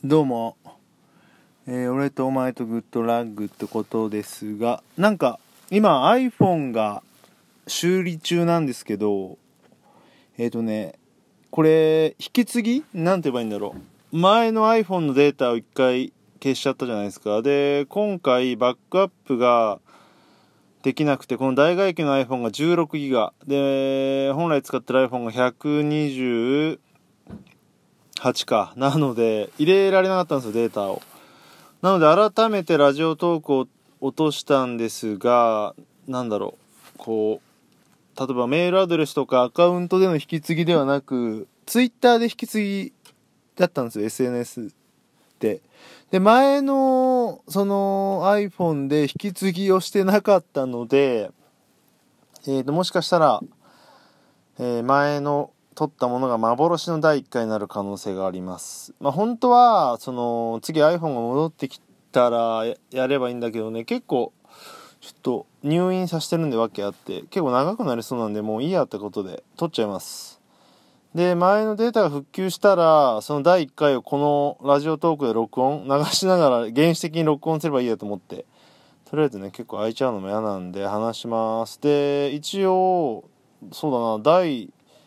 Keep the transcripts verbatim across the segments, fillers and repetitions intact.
どうも、えー俺とお前とグッドラッグってことですが、なんか今 iPhone が修理中なんですけど、えっ、とねこれ引き継ぎなんて言えばいいんだろう。前の iPhone のデータを一回消しちゃったじゃないですか。で今回バックアップができなくて、この大外機の iPhone がじゅうろくギガで、本来使ってる iPhone がひゃくにじゅうはちかなので入れられなかったんですよ、データを。なので改めてラジオトークを落としたんですが、なんだろう、こう例えばメールアドレスとかアカウントでの引き継ぎではなく、ツイッターで引き継ぎだったんですよ、 エスエヌエス で。で前のその iPhone で引き継ぎをしてなかったので、えーともしかしたら、えー前の撮ったものが幻のだいいっかいになる可能性があります。まあ本当はその次 iPhone が戻ってきたら や, やればいいんだけどね、結構ちょっと入院させてるんでわけあって、結構長くなりそうなんでもういいやってことで撮っちゃいます。で前のデータが復旧したら、そのだいいっかいをこのラジオトークで録音流しながら原始的に録音すればいいやと思って、とりあえずね結構空いちゃうのも嫌なんで話します。で一応そうだな、第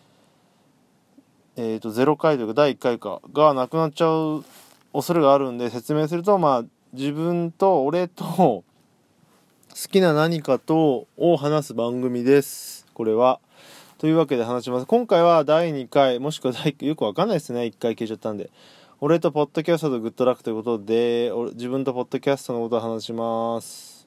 えーとゼロかいというかだいいっかいかがなくなっちゃう恐れがあるんで、説明すると、まあ自分と俺と好きな何かとを話す番組です、これは。というわけで話します。今回はだいにかいもしくはだいいっかい、よくわかんないですね、いっかい消えちゃったんで。俺とポッドキャストとグッドラックということで、俺自分とポッドキャストのことを話します。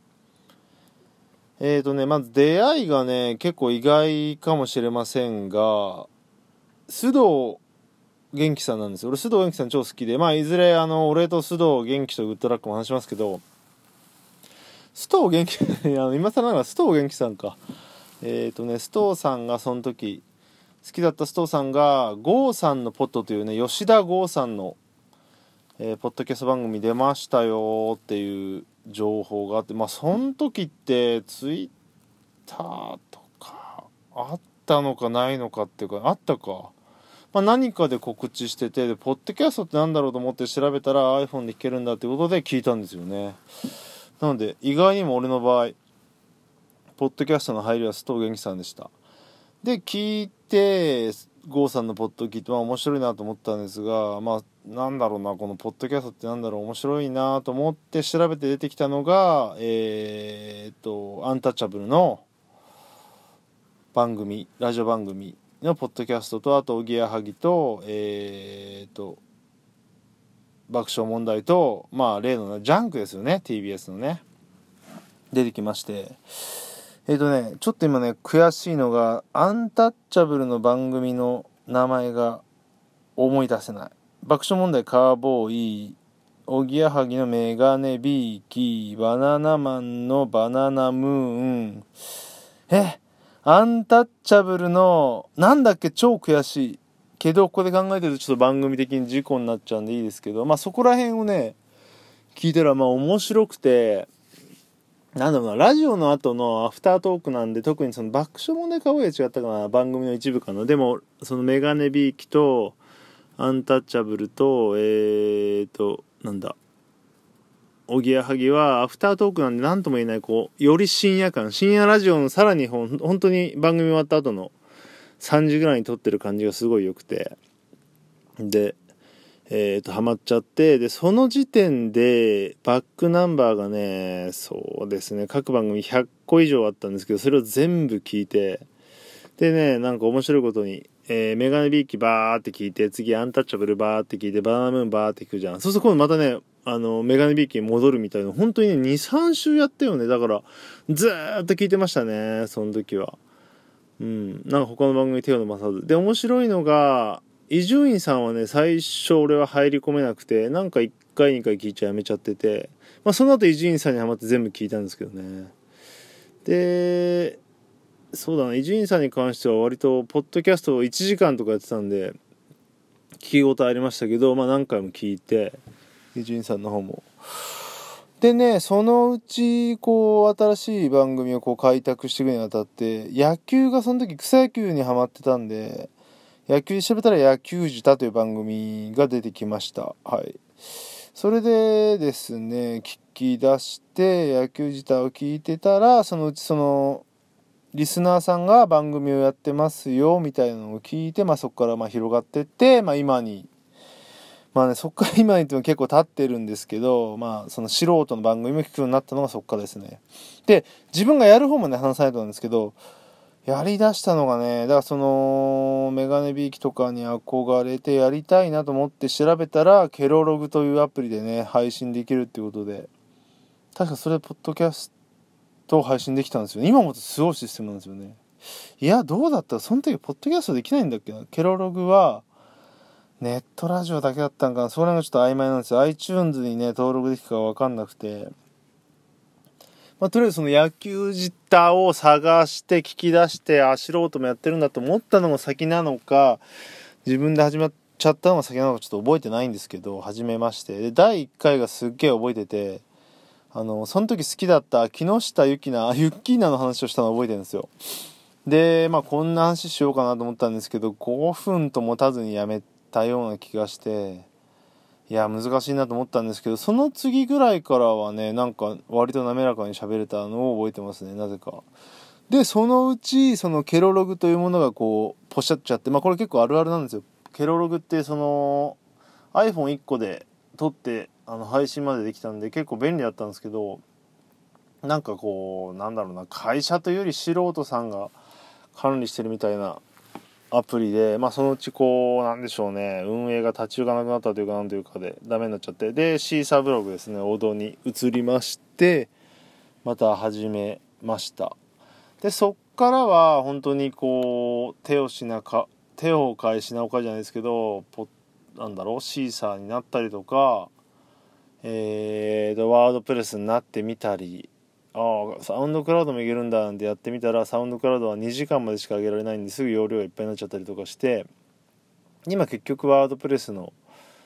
えーとねまず出会いがね結構意外かもしれませんが、須藤元気さんなんですよ。俺須藤元気さん超好きで、まあいずれあの俺と須藤元気とグッドラックも話しますけど、須藤元気あの今更ながら須藤元気さんか、えっ、ー、とね須藤さんがその時好きだった須藤さんが郷さんのポットというね、吉田郷さんの、えー、ポッドキャスト番組出ましたよっていう情報があって、まあその時ってツイッターとかあったのかないのかっていうか、あったか、まあ、何かで告知してて、でポッドキャストってなんだろうと思って調べたら iPhone で聞けるんだってことで聞いたんですよね。なので意外にも俺の場合ポッドキャストの入りは須藤元気さんでした。で聞いて郷さんのポッド聞いて、まあ面白いなと思ったんですが、まあなんだろうな、このポッドキャストってなんだろう、面白いなと思って調べて出てきたのがえー、っとアンタッチャブルの番組、ラジオ番組のポッドキャストと、あとおぎやはぎとえー、っと爆笑問題と、まあ例のジャンクですよね、 ティービーエス のね、出てきまして、えっとねちょっと今ね悔しいのがアンタッチャブルの番組の名前が思い出せない。爆笑問題カーボーイ、おぎやはぎのメガネビーキ、バナナマンのバナナムーン、えアンタッチャブルのなんだっけ、超悔しいけど、ここで考えてるとちょっと番組的に事故になっちゃうんでいいですけど、まあそこら辺をね聞いたらまあ面白くて、なんだろうな、ラジオの後のアフタートークなんで、特にその爆笑問題カーボーイが違ったかな、番組の一部かな。でもそのメガネビーキとアンタッチャブルとえーとなんだおぎやはぎはアフタートークなんで何とも言えない、こうより深夜感、深夜ラジオのさらにほん本当に番組終わった後のさんじぐらいに撮ってる感じがすごい良くて、でえーとハマっちゃって、でその時点でバックナンバーがね、そうですね各番組ひゃっこ以上あったんですけど、それを全部聞いて、でねなんか面白いことに、えー、メガネビーキバーって聞いて、次アンタッチャブルバーって聞いて、バナナムーンバーって聞くじゃん。そうすると今度またねあのメガネビーキに戻るみたいな、本当にね にさん 週やったよね。だからずーっと聞いてましたね、その時は。うんなんか他の番組手を伸ばさずで、面白いのが伊集院さんはね最初俺は入り込めなくて、なんかいっかいにかい聞いちゃやめちゃってて、まあその後伊集院さんにハマって全部聞いたんですけどね。でそうだな、伊集院さんに関しては割とポッドキャストをいちじかんとかやってたんで聞き応えありましたけど、まあ何回も聞いて、伊集院さんの方もでね、そのうちこう新しい番組をこう開拓していくにあたって、野球がその時草野球にハマってたんで、 野球で調べたら野球舌という番組が出てきました。はい。それでですね、聞き出して野球舌を聞いてたら、そのうちそのリスナーさんが番組をやってますよみたいなのを聞いて、まあそこからまあ広がってって、まあ今に、まあね、そこから今にっても結構経ってるんですけど、まあその素人の番組も聞くようになったのがそこからですね。で、自分がやる方もね、話されたんですけど、やりだしたのがね、だからそのメガネビーキとかに憧れてやりたいなと思って調べたら、ケロログというアプリでね、配信できるっていうことで、確かそれでポッドキャストを配信できたんですよね。今もすごいシステムなんですよね。いや、どうだったらその時ポッドキャストできないんだっけな。ケロログはネットラジオだけだったんかな。それがちょっと曖昧なんですよ。iTunes にね登録できるか分かんなくて、まあ、とりあえずその野球舌を探して聞き出して、あ、素人もやってるんだと思ったのが先なのか、自分で始まっちゃったのが先なのかちょっと覚えてないんですけど、始めまして、でだいいっかいがすっげえ覚えてて、あのその時好きだった木下ゆきなユッキーナの話をしたのを覚えてるんですよ。でまあこんな話しようかなと思ったんですけど、ごふんと持たずにやめたような気がして、いや難しいなと思ったんですけど、その次ぐらいからはね、なんか割と滑らかに喋れたのを覚えてますね、なぜか。でそのうちそのケロログというものがこうポシャっちゃって、まあこれ結構あるあるなんですよ。ケロログってその アイフォンいっ 個で撮ってあの配信までできたんで結構便利だったんですけど、なんかこうなんだろうな、会社というより素人さんが管理してるみたいなアプリで、まあそのうちこうなんでしょうね、運営が立ち行かなくなったというかなんというかでダメになっちゃって、でシーサーブログですね、王道に移りましてまた始めました。でそっからは本当にこう手をしなか手を変え品を変えじゃないですけど、ポなんだろうシーサーになったりとか、えーとワードプレスになってみたり、ああサウンドクラウドもいけるんだなんてやってみたら、サウンドクラウドはにじかんまでしか上げられないんですぐ容量がいっぱいになっちゃったりとかして、今結局ワードプレスの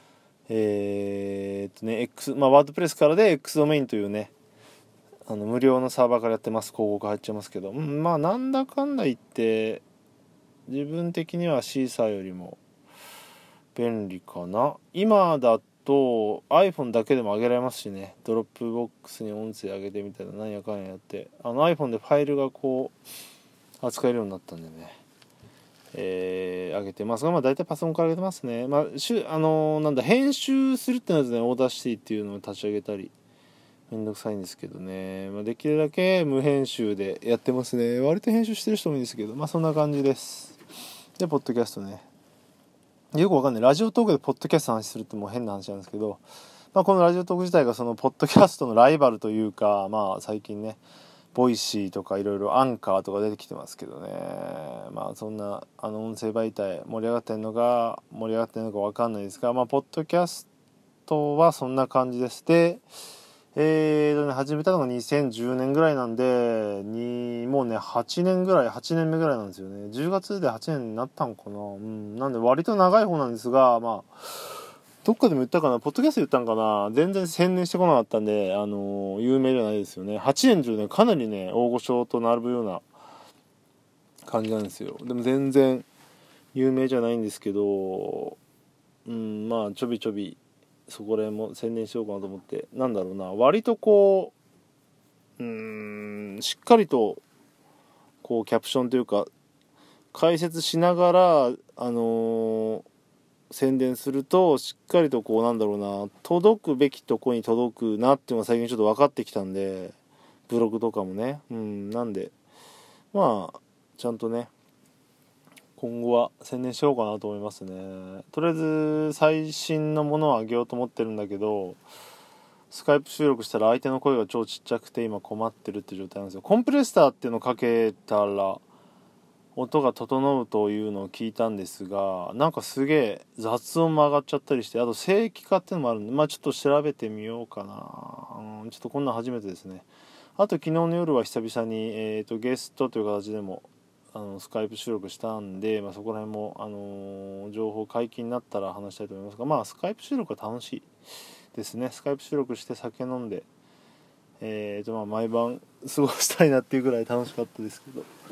えーとね X、まあ、ワードプレスからで X ドメインというね、あの無料のサーバーからやってます。広告入っちゃいますけど、うん、まあなんだかんだ言って自分的にはシーサーよりも便利かな。今だと iPhone だけでも上げられますしね、ドロップボックスに音声上げてみたいな、何やかんややって、あの iPhone でファイルがこう扱えるようになったんでね、えー、上げてますが、まあ大体パソコンから上げてますね。まあしゅあのー、なんだ編集するってやつね、オーダーシティっていうのを立ち上げたりめんどくさいんですけどね、まあ、できるだけ無編集でやってますね。割と編集してる人もいいんですけど、まあそんな感じです。でポッドキャストね、よくわかんない、ラジオトークでポッドキャストの話するってもう変な話なんですけど、まあ、このラジオトーク自体がそのポッドキャストのライバルというか、まあ最近ねボイシーとかいろいろアンカーとか出てきてますけどね、まあそんなあの音声媒体盛り上がってるのか盛り上がってるのかわかんないですが、まあポッドキャストはそんな感じです。でえーとね、始めたのがにせんじゅうねんぐらいなんで、にもうねはちねんぐらいはちねんめぐらいなんですよね。じゅうがつではちねんになったんかな、うん、なんで割と長い方なんですが、まあどっかでも言ったかな、ポッドキャスト言ったんかな、全然宣伝してこなかったんで、あのー、有名じゃないですよね。はちねんというねかなりね大御所と並ぶような感じなんですよ。でも全然有名じゃないんですけど、うんまあちょびちょびそこら辺も宣伝しようかなと思って、なんだろうな、割とこううーんしっかりとこうキャプションというか解説しながら、あのー、宣伝するとしっかりとこうなんだろうな、届くべきとこに届くなっていうのが最近ちょっと分かってきたんで、ブログとかもね、うんなんでまあちゃんとね今後は宣伝しようかなと思いますね。とりあえず最新のものをあげようと思ってるんだけど、スカイプ収録したら相手の声が超ちっちゃくて今困ってるって状態なんですよ。コンプレッサーっていうのをかけたら音が整うというのを聞いたんですが、なんかすげえ雑音も上がっちゃったりして、あと正規化っていうのもあるんで、まあちょっと調べてみようかな、うん、ちょっとこんなん初めてですね。あと昨日の夜は久々に、えーと、ゲストという形でもあのスカイプ収録したんで、まあ、そこら辺も、あのー、情報解禁になったら話したいと思いますが、まあスカイプ収録は楽しいですね。スカイプ収録して酒飲んで、えーとまあ、毎晩過ごしたいなっていうぐらい楽しかったですけど、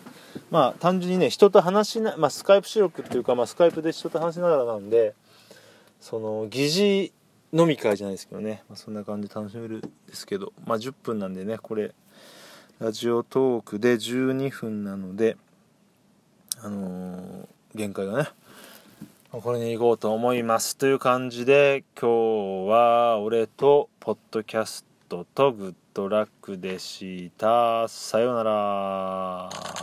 まあ単純にね人と話しな、まあ、スカイプ収録っていうか、まあ、スカイプで人と話しながらなんでその疑似飲み会じゃないですけどね、まあ、そんな感じで楽しめるんですけど、まあ、じゅっぷんなんでねこれラジオトークでじゅうにふんなのであのー、限界がねこれに行こうと思いますという感じで今日は俺とポッドキャストとグッドラックでした。さようなら。